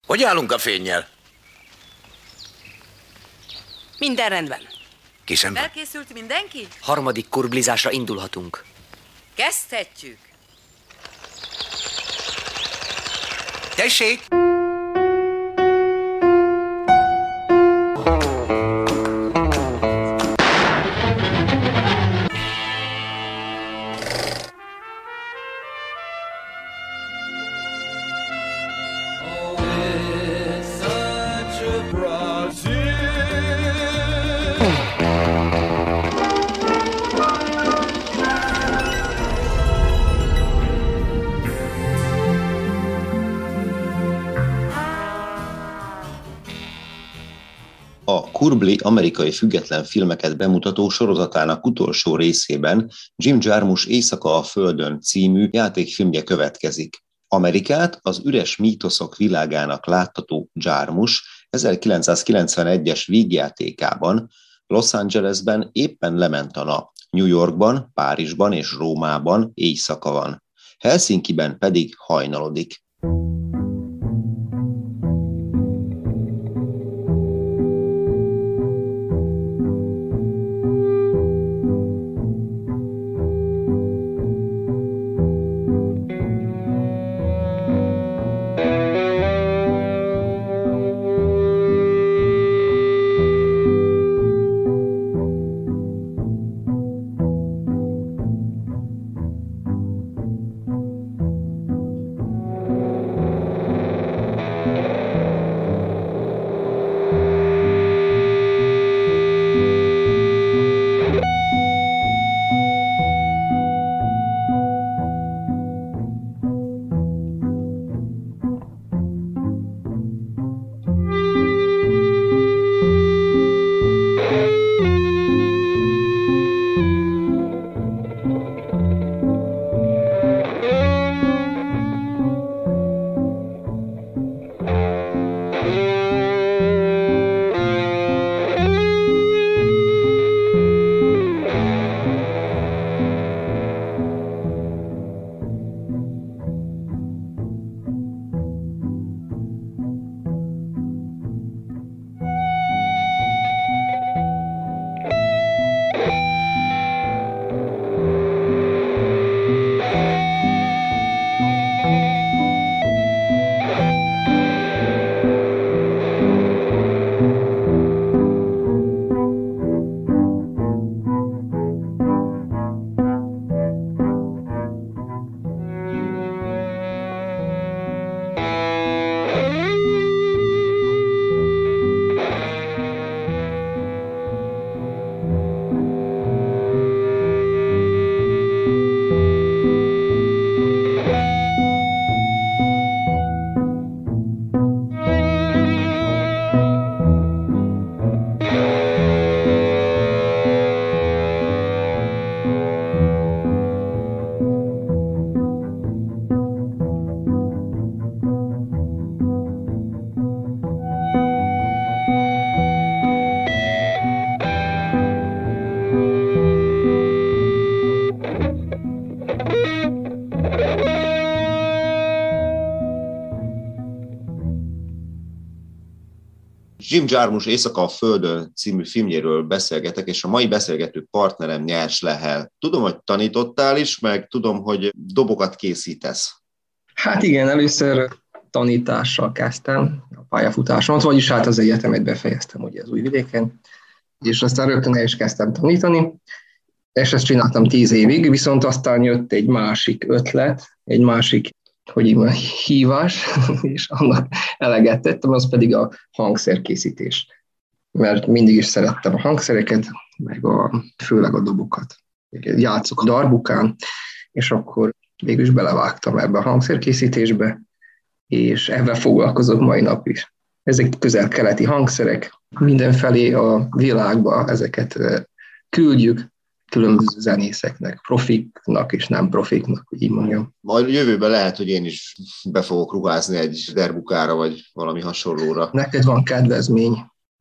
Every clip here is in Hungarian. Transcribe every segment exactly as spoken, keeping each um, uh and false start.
Hogy állunk a fénnyel? Minden rendben. Készen van? Felkészült mindenki? Harmadik kurblizásra indulhatunk. Kezdhetjük. Tessék! A Kurbli amerikai független filmeket bemutató sorozatának utolsó részében Jim Jarmusch Éjszaka a Földön című játékfilmje következik. Amerikát az üres mítoszok világának láttató Jarmusch ezerkilencszázkilencvenegyes vígjátékában Los Angelesben éppen lement a nap, New Yorkban, Párizsban és Rómában éjszaka van, Helsinkiben pedig hajnalodik. Jim Jarmusch Éjszaka a Földön című filmjéről beszélgetek, és a mai beszélgető partnerem Nyers Lehel. Tudom, hogy tanítottál is, meg tudom, hogy dobokat készítesz. Hát igen, először tanítással kezdtem a pályafutásomat, vagyis hát az egyetemet befejeztem ugye az Újvidéken, és aztán rögtön el is kezdtem tanítani, és ezt csináltam tíz évig, viszont aztán jött egy másik ötlet, egy másik, hogy így van, hívás, és annak eleget tettem, az pedig a hangszerkészítés. Mert mindig is szerettem a hangszereket, meg a, főleg a dobokat. Játszok a darbukán, és akkor végül is belevágtam ebbe a hangszerkészítésbe, és ebben foglalkozok mai nap is. Ezek közel-keleti hangszerek, mindenfelé a világba ezeket küldjük, különböző zenészeknek, profiknak és nem profiknak, hogy így mondjam. Majd jövőben lehet, hogy én is be fogok ruházni egy derbukára, vagy valami hasonlóra. Neked van kedvezmény.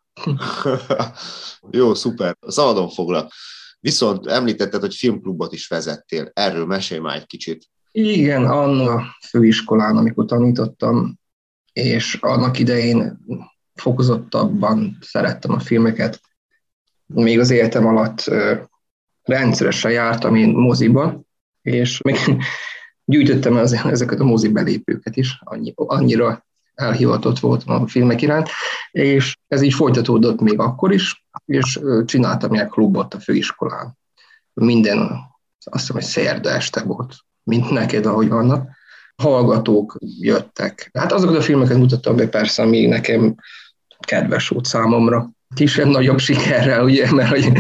Jó, szuper. Szabadon foglak. Viszont említetted, hogy filmklubot is vezettél. Erről mesélj már egy kicsit. Igen, anna főiskolán, amikor tanítottam, és annak idején fokozottabban szerettem a filmeket. Még az életem alatt rendszeresen jártam én moziba, és még gyűjtöttem az, ezeket a mozi belépőket is, annyi, annyira elhivatott voltam a filmek iránt, és ez így folytatódott még akkor is, és csináltam ilyen klubot a főiskolán. Minden, azt hiszem, hogy szerda este volt, mint neked, ahogy vannak. Hallgatók jöttek. Hát azokat a filmeket mutattam be persze, ami nekem kedves volt számomra. Kisebb-nagyobb sikerrel, ugye, mert hogy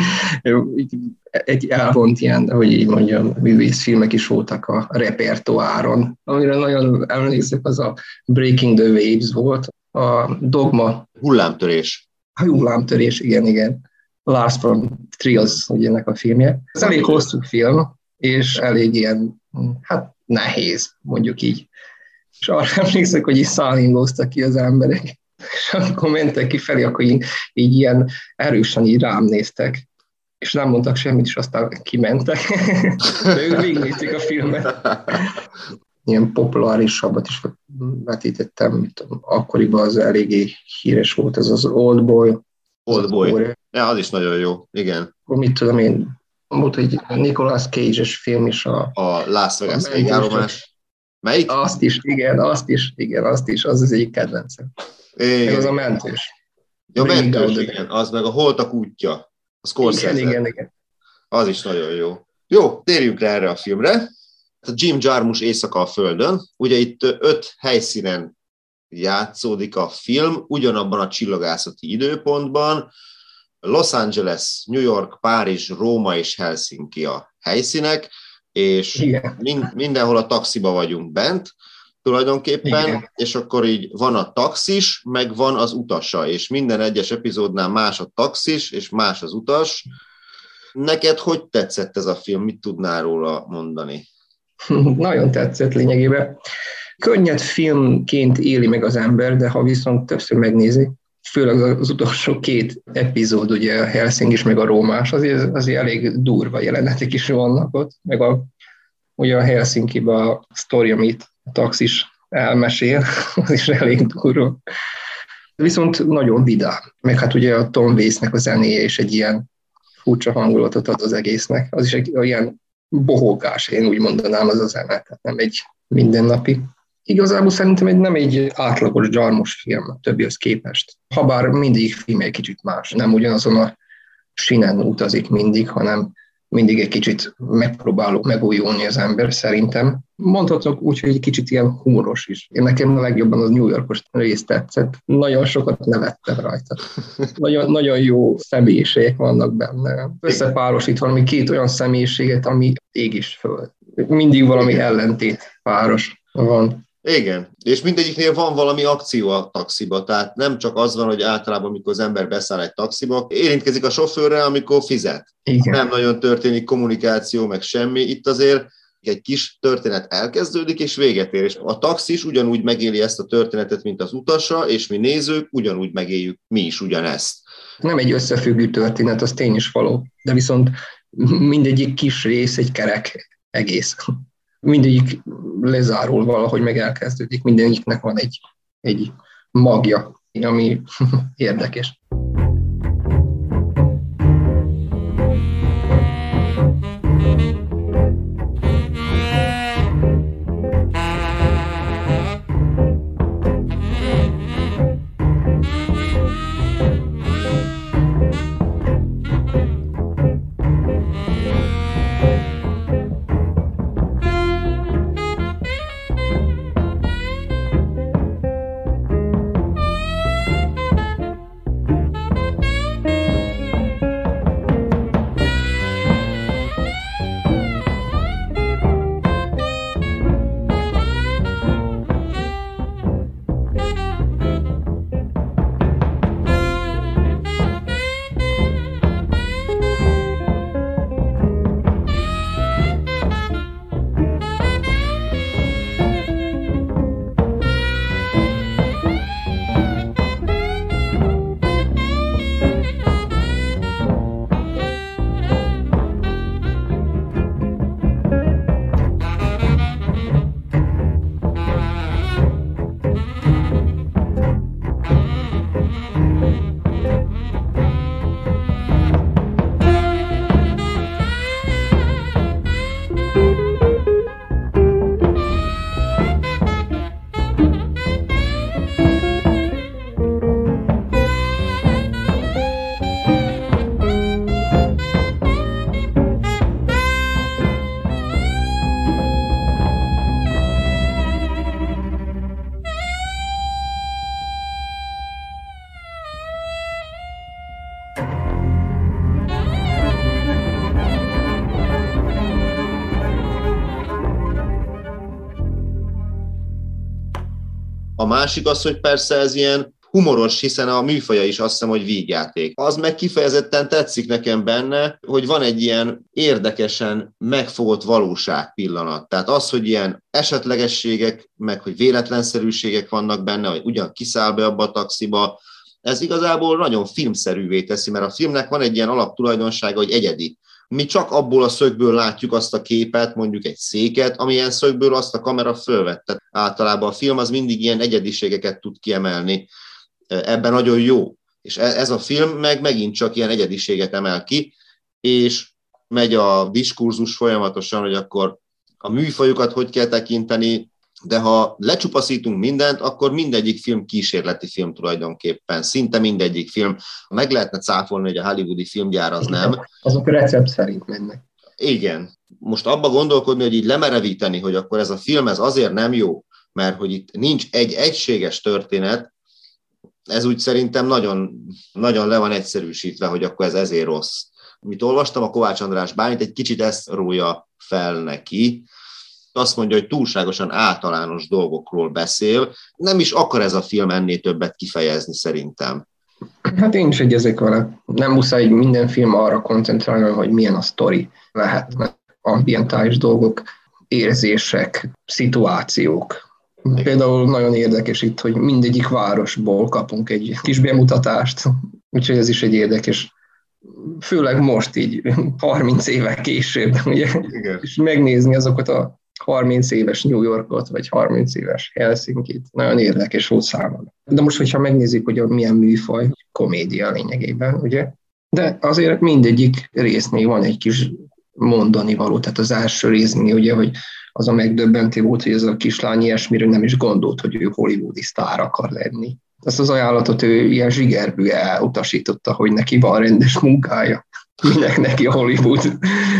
egy elvont ilyen, de hogy így mondjam, művészfilmek is voltak a repertoáron. Amire nagyon emlékszem, az a Breaking the Waves volt, a Dogma. Hullámtörés. A hullámtörés, igen, igen. Lars von Triers, ugye ennek a filmje. Ez elég hosszú film, és elég ilyen, hát nehéz, mondjuk így. És arra emlékszek, hogy így szállingóztak ki az emberek. És amikor mentek kifelé, akkor így, így ilyen erősen így rám néztek, és nem mondtak semmit, és aztán kimentek. De ők végignézték a filmet. Ilyen populárisabbat is vetítettem, mint akkoriban az eléggé híres volt, ez az Old Boy. Old Boy. Ja, az is nagyon jó, igen. Akkor mit tudom én, volt egy Nicolas Cage-es film is. A, a Las Vegas végállomás. Melyik? Azt is, igen, azt is, igen, azt is, az az egyik kedvencem. Igen. Az a mentős. Ja, mentős, igen, az meg a Holtak útja. A Scorsese. Igen, igen, igen. Az is nagyon jó. Jó, térjünk rá erre a filmre. A Jim Jarmusch Éjszaka a Földön. Ugye itt öt helyszínen játszódik a film, ugyanabban a csillagászati időpontban. Los Angeles, New York, Párizs, Róma és Helsinki a helyszínek, és mind, mindenhol a taxiba vagyunk bent, tulajdonképpen, igen. És akkor így van a taxis, meg van az utasa, és minden egyes epizódnál más a taxis, és más az utas. Neked hogy tetszett ez a film? Mit tudnál róla mondani? Nagyon tetszett lényegében. Könnyed filmként éli meg az ember, de ha viszont többször megnézi, főleg az utolsó két epizód, ugye a Helsinki meg a Rómás, azért, azért elég durva jelenetek is vannak ott, meg a, ugye a Helsinkiben a sztori, amit a taxis elmesél, az is elég durva. Viszont nagyon vidám, meg hát ugye a Tom Waits-nek a zenéje is egy ilyen furcsa hangulatot ad az egésznek, az is egy ilyen bohókás, én úgy mondanám, az a zene, tehát nem egy mindennapi. Igazából szerintem egy, nem egy átlagos Jarmusch film a többihez képest. Habár mindig film egy kicsit más. Nem ugyanazon a sinen utazik mindig, hanem mindig egy kicsit megpróbálok megújulni az ember szerintem. Mondhatok úgy, hogy egy kicsit ilyen humoros is. Én nekem a legjobban az New Yorkos rész tetszett. Nagyon sokat nevettem rajta. Nagyon, nagyon jó személyiségek vannak benne. Összepárosít valami két olyan személyiséget, ami ég is föl. Mindig valami ellentét páros van. Igen, és mindegyiknél van valami akció a taxiba, tehát nem csak az van, hogy általában, amikor az ember beszáll egy taxiba, érintkezik a sofőrrel, amikor fizet. Igen. Nem nagyon történik kommunikáció, meg semmi. Itt azért egy kis történet elkezdődik, és véget ér. És a taxis ugyanúgy megéli ezt a történetet, mint az utasa, és mi nézők ugyanúgy megéljük mi is ugyanezt. Nem egy összefüggő történet, az tény is való, de viszont mindegyik kis rész egy kerek egész. Mindegyik lezárul valahogy, meg elkezdődik. Mindegyiknek van egy, egy magja, ami érdekes. másik az, hogy persze ez ilyen humoros, hiszen a műfaja is azt hiszem, hogy vígjáték. Az meg kifejezetten tetszik nekem benne, hogy van egy ilyen érdekesen megfogott valóság pillanat. Tehát az, hogy ilyen esetlegességek, meg hogy véletlenszerűségek vannak benne, hogy ugyan kiszáll be abba a taxiba, ez igazából nagyon filmszerűvé teszi, mert a filmnek van egy ilyen alaptulajdonsága, hogy egyedi. Mi csak abból a szögből látjuk azt a képet, mondjuk egy széket, amilyen szögből azt a kamera fölvette. Általában a film az mindig ilyen egyediségeket tud kiemelni. Ebben nagyon jó. És ez a film meg megint csak ilyen egyediséget emel ki, és megy a diskurzus folyamatosan, hogy akkor a műfajokat hogy kell tekinteni, de ha lecsupaszítunk mindent, akkor mindegyik film kísérleti film tulajdonképpen. Szinte mindegyik film. Meg lehetne cáfolni, hogy a hollywoodi filmgyár az nem. Azok recept szerint mennek. Igen. Most abba gondolkodni, hogy így lemerevíteni, hogy akkor ez a film ez azért nem jó, mert hogy itt nincs egy egységes történet, ez úgy szerintem nagyon, nagyon le van egyszerűsítve, hogy akkor ez ezért rossz. Mit olvastam, a Kovács András Bálint egy kicsit ezt rója fel neki. Azt mondja, hogy túlságosan általános dolgokról beszél. Nem is akar ez a film ennél többet kifejezni szerintem. Hát én is egyezek vele. Nem muszáj minden film arra koncentrálni, hogy milyen a sztori. Lehetnek ambientális dolgok, érzések, szituációk. Például nagyon érdekes itt, hogy mindegyik városból kapunk egy kis bemutatást, úgyhogy ez is egy érdekes, főleg most így harminc éve később, ugye? Igen. És megnézni azokat a harminc éves New Yorkot, vagy harminc éves Helsinkit, nagyon érdekes volt számomra. De most, hogyha megnézzük, hogy milyen műfaj, komédia lényegében, ugye? De azért mindegyik résznél van egy kis mondani való, tehát az első résznél, ugye, hogy az a megdöbbentő volt, hogy ez a kislány ilyesmiről nem is gondolt, hogy ő hollywoodi sztár akar lenni. Ezt az ajánlatot ő ilyen zsigerből elutasította, hogy neki van rendes munkája. Minek neki a Hollywood.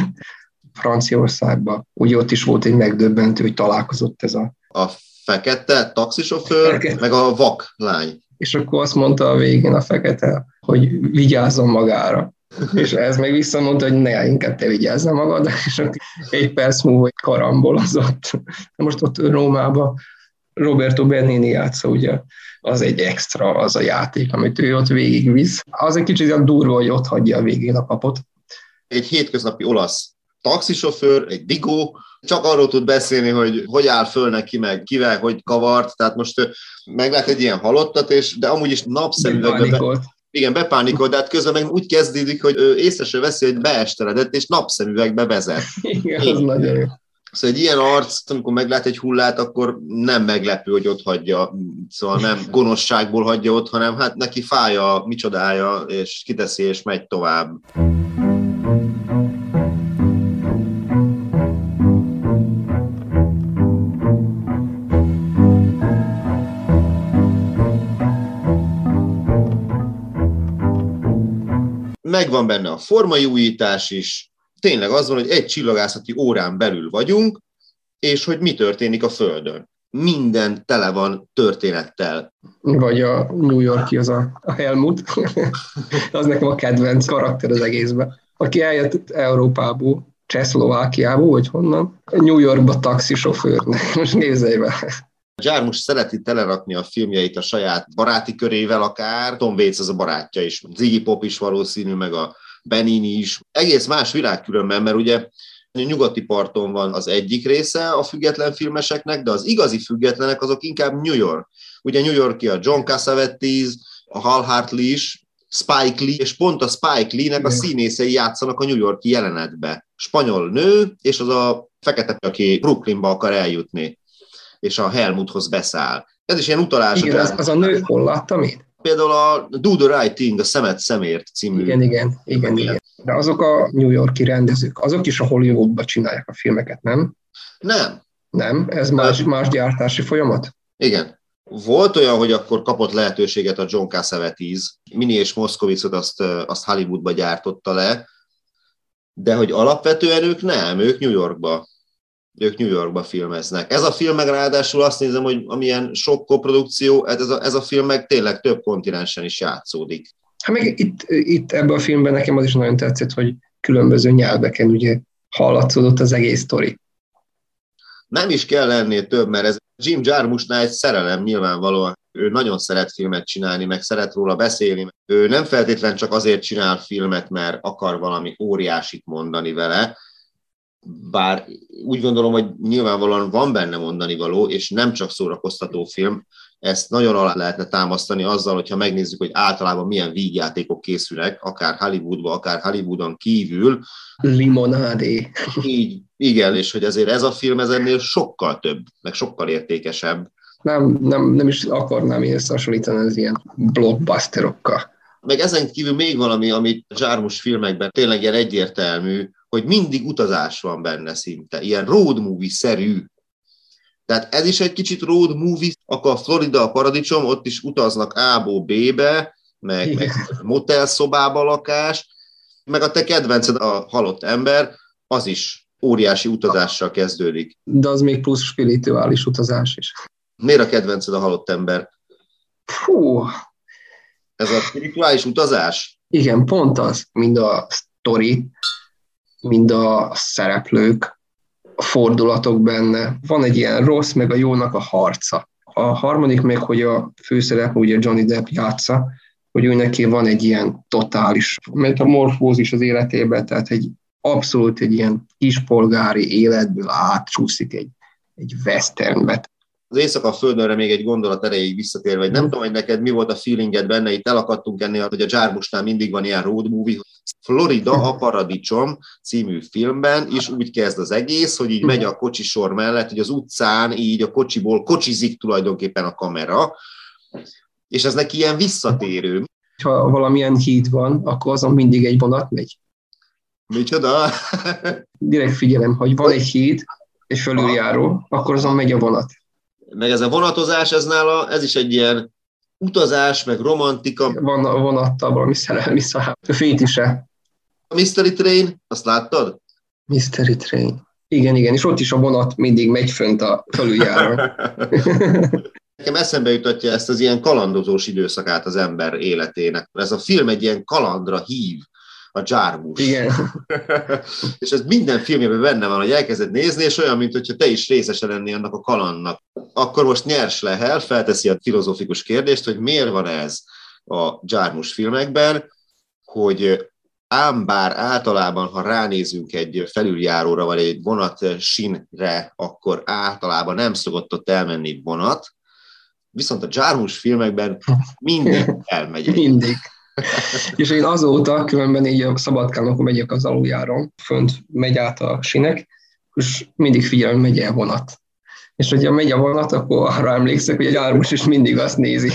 Franciaországban. Ugye ott is volt egy megdöbbentő, hogy találkozott ez a... A fekete taxisofőr, fekete. Meg a vak lány. És akkor azt mondta a végén a fekete, hogy vigyázzon magára. És ez meg visszamondta, hogy ne, inkább te vigyázzál magad, és egy perc múlva karambolozott. Most ott Rómában Roberto Benigni játsza, ugye, az egy extra, az a játék, amit ő ott végigvisz. Az egy kicsit olyan durva, hogy ott hagyja a végén a papot. Egy hétköznapi olasz taxisofőr, egy digó, csak arról tud beszélni, hogy hogy áll föl neki, meg kivel, hogy kavart, tehát most meglát egy ilyen halottat, és, de amúgy is napszemüvegben... Igen, bepánikolt, de hát közben meg úgy kezdődik, hogy ő észre se veszi, hogy beesteredett, és napszemüvegbe vezet. Igen, az nagyon jó. Szóval egy ilyen arc, amikor meglát egy hullát, akkor nem meglepő, hogy ott hagyja, szóval nem gonoszságból hagyja ott, hanem hát neki fája, micsodája, és kiteszi, és megy tovább. Megvan benne a formai újítás is, tényleg az van, hogy egy csillagászati órán belül vagyunk, és hogy mi történik a Földön. Minden tele van történettel. Vagy a New Yorki, az a, a Helmut, az nekem a kedvenc karakter az egészben. Aki eljött Európából, Csehszlovákiából, vagy honnan, New Yorkba taxisofőrnek. Most nézzél be. Jarmusch szereti telerakni a filmjeit a saját baráti körével akár. Tom Waits az a barátja is, Ziggy Pop is valószínű, meg a Benigni is. Egész más világ különben, mert ugye a nyugati parton van az egyik része a független filmeseknek, de az igazi függetlenek azok inkább New York. Ugye New Yorki a John Cassavetes, a Hal Hartley is, Spike Lee, és pont a Spike Lee-nek a színészei játszanak a New Yorki jelenetbe. Spanyol nő, és az a fekete, aki Brooklynba akar eljutni, és a Helmuthoz beszáll. Ez is ilyen utalás. Igen, az, az a nő, hol láttam én? Például a Do the Right Thing, a Szemet szemért című. Igen, igen, igen, igen. De azok a New Yorki rendezők, azok is a Hollywoodba csinálják a filmeket, nem? Nem. Nem? Ez más, más gyártási folyamat? Igen. Volt olyan, hogy akkor kapott lehetőséget a John Cassavetes, Mini és Moszkovicot azt, azt Hollywoodba gyártotta le, de hogy alapvetően ők nem, ők New Yorkba. Ők New Yorkba filmeznek. Ez a film meg ráadásul azt nézem, hogy amilyen sok koprodukció, ez a, ez a film meg tényleg több kontinensen is játszódik. Hát még itt, itt ebben a filmben nekem az is nagyon tetszett, hogy különböző nyelveken ugye hallatszódott az egész sztori. Nem is kell lenni több, mert ez Jim Jarmuschnál egy szerelem nyilvánvalóan. Ő nagyon szeret filmet csinálni, meg szeret róla beszélni. Ő nem feltétlen csak azért csinál filmet, mert akar valami óriásit mondani vele, bár úgy gondolom, hogy nyilvánvalóan van benne mondani való, és nem csak szórakoztató film. Ezt nagyon alá lehetne támasztani azzal, hogyha megnézzük, hogy általában milyen vígjátékok készülnek, akár Hollywoodban, akár Hollywoodon kívül. Limonádé. Így, igen, és hogy azért ez a film ez ennél sokkal több, meg sokkal értékesebb. Nem, nem, nem is akarnám én összehasonlítani az ilyen blockbusterokkal. Meg ezen kívül még valami, amit Jarmusch filmekben tényleg ilyen egyértelmű, hogy mindig utazás van benne szinte, ilyen road movie-szerű. Tehát ez is egy kicsit road movie, akkor a Florida a paradicsom, ott is utaznak A-ból B-be, meg, meg motelszobába lakás, meg a te kedvenced, a halott ember, az is óriási utazással kezdődik. De az még plusz spirituális utazás is. Miért a kedvenced a halott ember? Fú. Ez a spirituális utazás? Igen, pont az, mind a sztori, mind a szereplők, a fordulatok benne. Van egy ilyen rossz, meg a jónak a harca. A harmadik meg, hogy a főszerep, ugye Johnny Depp játsza, hogy ő neki van egy ilyen totális metamorfózis az életében, tehát egy abszolút egy ilyen kispolgári életből átcsúszik egy, egy westernbe. Az Éjszaka a Földönre még egy gondolat erejéig visszatérve, hogy nem tudom, hogy neked mi volt a feelinged benne, itt elakadtunk ennél, hogy a Jarmuschnál mindig van ilyen road movie. Florida a paradicsom című filmben is úgy kezd az egész, hogy így megy a kocsisor mellett, hogy az utcán így a kocsiból kocsizik tulajdonképpen a kamera, és ez neki ilyen visszatérő. Ha valamilyen híd van, akkor azon mindig egy vonat megy. Micsoda? Direkt figyelem, hogy van egy híd, egy fölüljáró, akkor azon megy a vonat. Meg ez a vonatozás, ez nála, ez is egy ilyen utazás, meg romantika. Van a vonattal valami szerelmi szám. A fétise. A Mystery Train, azt láttad? Mystery Train. Igen, igen, és ott is a vonat mindig megy fönt a fölüljáron. Nekem eszembe jutatja ezt az ilyen kalandozós időszakát az ember életének. Ez a film egy ilyen kalandra hív, a Jarmusch. Igen. És ez minden filmjében benne van, hogy elkezded nézni, és olyan, mint hogyha te is részese lennél annak a kalandnak. Akkor most Nyers Lehel felteszi a filozófikus kérdést, hogy miért van ez a Jarmusch filmekben, hogy ám bár általában, ha ránézünk egy felüljáróra, vagy egy vonat sínre, akkor általában nem szokott ott elmenni vonat, viszont a Jarmusch filmekben mindig elmegy egy. Mindig. És én azóta, különben így a Szabadkán, akkor megyek az aluljáron, fönt megy át a sinek, és mindig figyelem, megy el vonat. És hogyha megy a vonat, akkor arra emlékszek, hogy a Jarmusch is mindig azt nézi.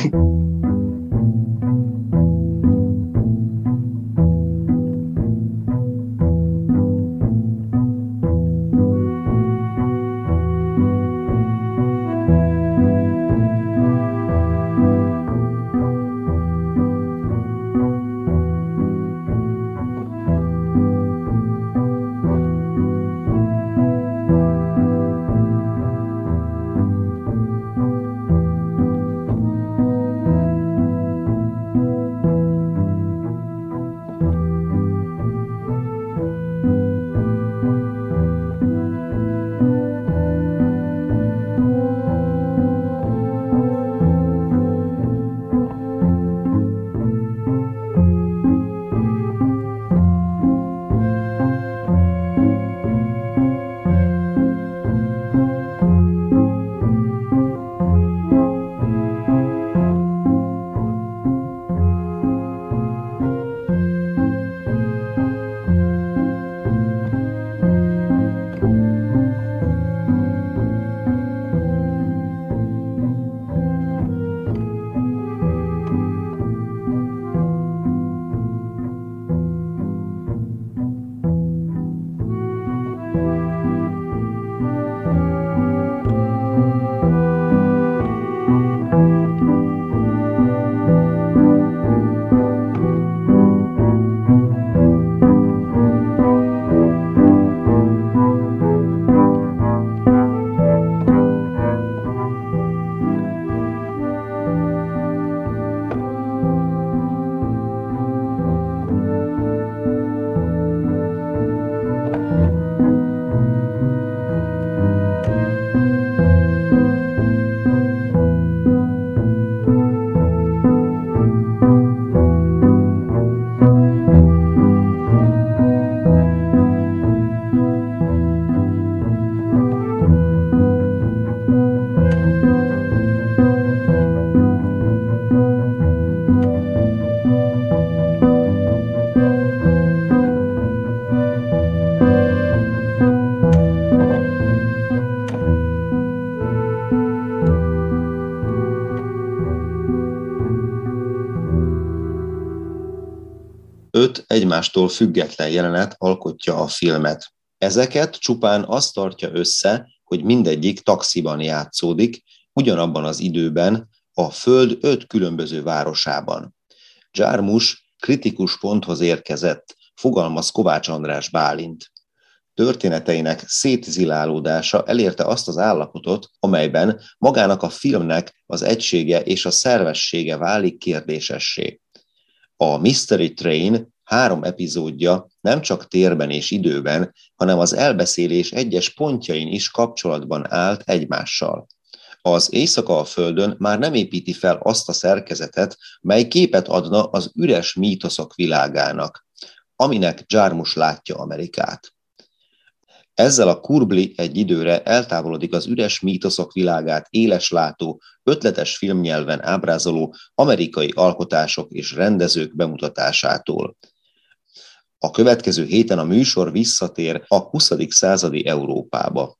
Öt egymástól független jelenet alkotja a filmet. Ezeket csupán azt tartja össze, hogy mindegyik taxiban játszódik, ugyanabban az időben, a Föld öt különböző városában. Jarmusch kritikus ponthoz érkezett, fogalmaz Kovács András Bálint. Történeteinek szétzilálódása elérte azt az állapotot, amelyben magának a filmnek az egysége és a szervessége válik kérdésessé. A Mystery Train három epizódja nem csak térben és időben, hanem az elbeszélés egyes pontjain is kapcsolatban állt egymással. Az Éjszaka a Földön már nem építi fel azt a szerkezetet, mely képet adna az üres mítoszok világának, aminek Jarmusch látja Amerikát. Ezzel a Kurbli egy időre eltávolodik az üres mítoszok világát éleslátó, ötletes filmnyelven ábrázoló amerikai alkotások és rendezők bemutatásától. A következő héten a műsor visszatér a huszadik századi Európába.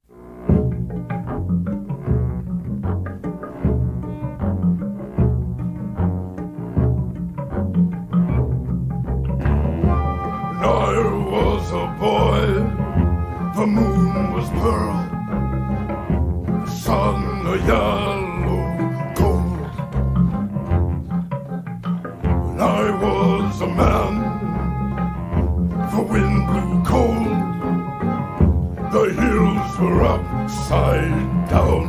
The moon was pearl, the sun a yellow gold. When I was a man, the wind blew cold, the hills were upside down.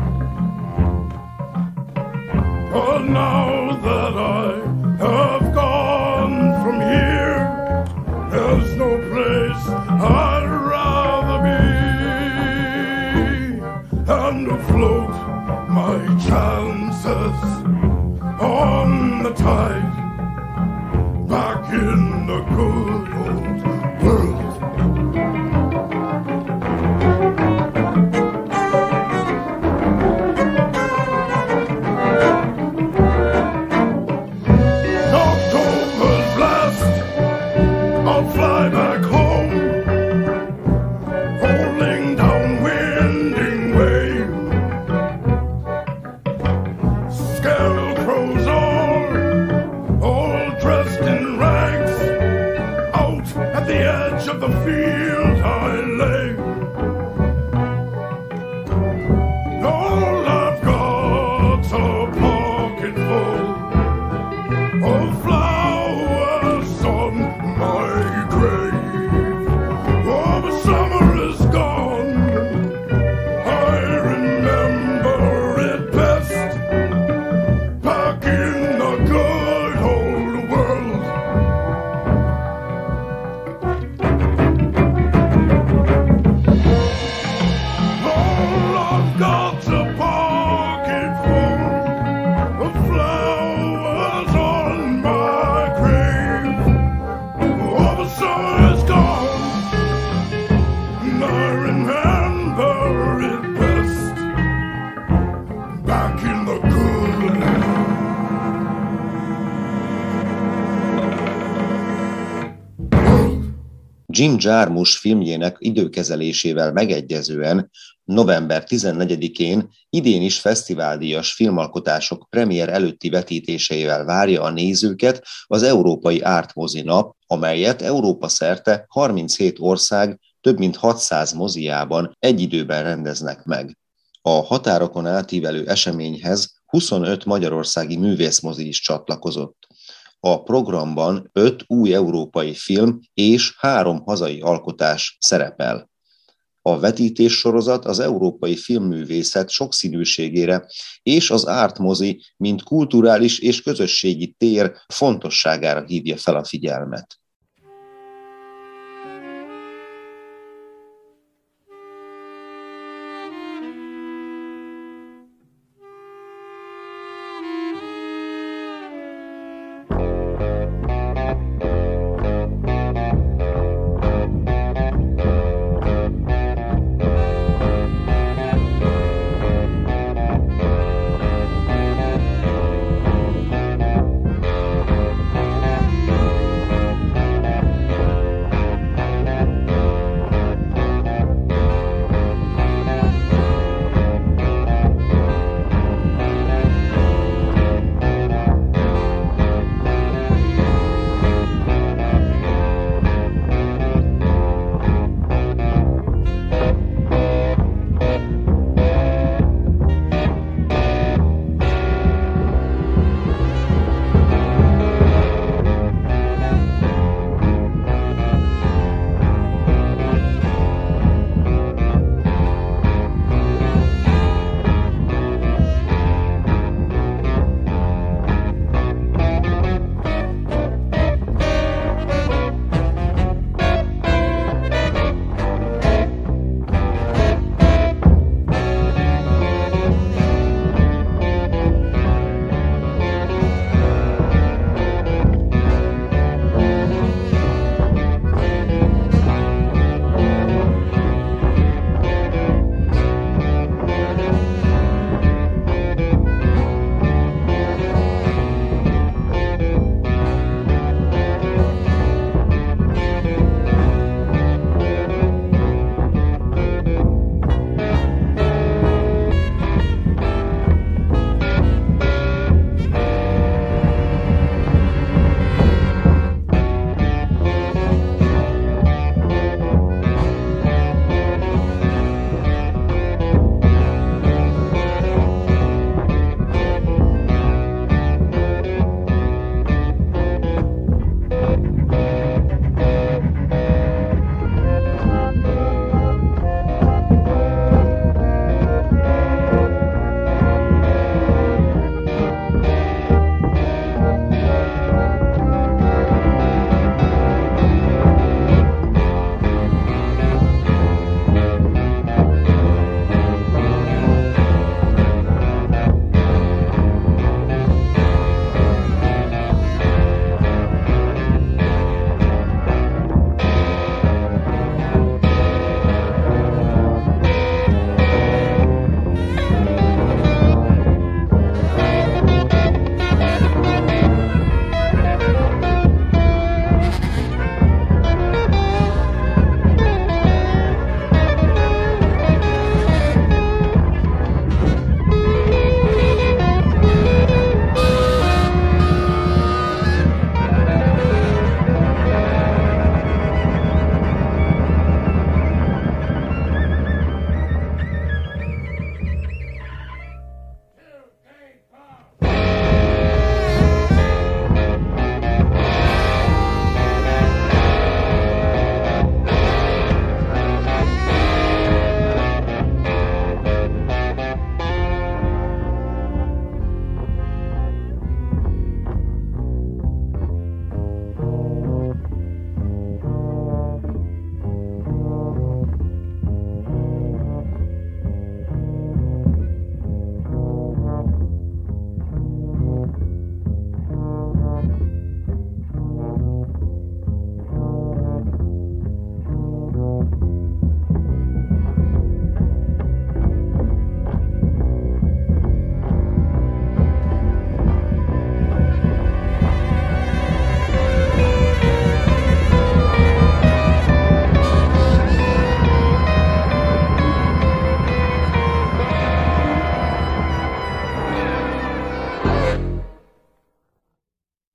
But now that I have gone from here, there's no place I'd rather be, and afloat my chances on the tide, back in the good old world. October's blast, I'll fly back home, rolling down winding wave. Scarecrows all, all dressed in rags, out at the edge of the field I lay. All I've got's a pocket full of flowers on my grave. Oh, the summer is gone, I remember it best, back in the good old world. All I've got's a pocket full of flowers on my grave. Oh, the summer is gone, and I remember it best, back in the good. Jim Jarmusch filmjének időkezelésével megegyezően november tizennegyedikén idén is fesztiváldíjas filmalkotások premier előtti vetítéseivel várja a nézőket az Európai Ártmozi Nap, amelyet Európa szerte harminchét ország több mint hatszáz moziában egy időben rendeznek meg. A határokon átívelő eseményhez huszonöt magyarországi művészmozi is csatlakozott. A programban öt új európai film és három hazai alkotás szerepel. A vetítéssorozat az európai filmművészet sokszínűségére és az ártmozi, mint kulturális és közösségi tér fontosságára hívja fel a figyelmet.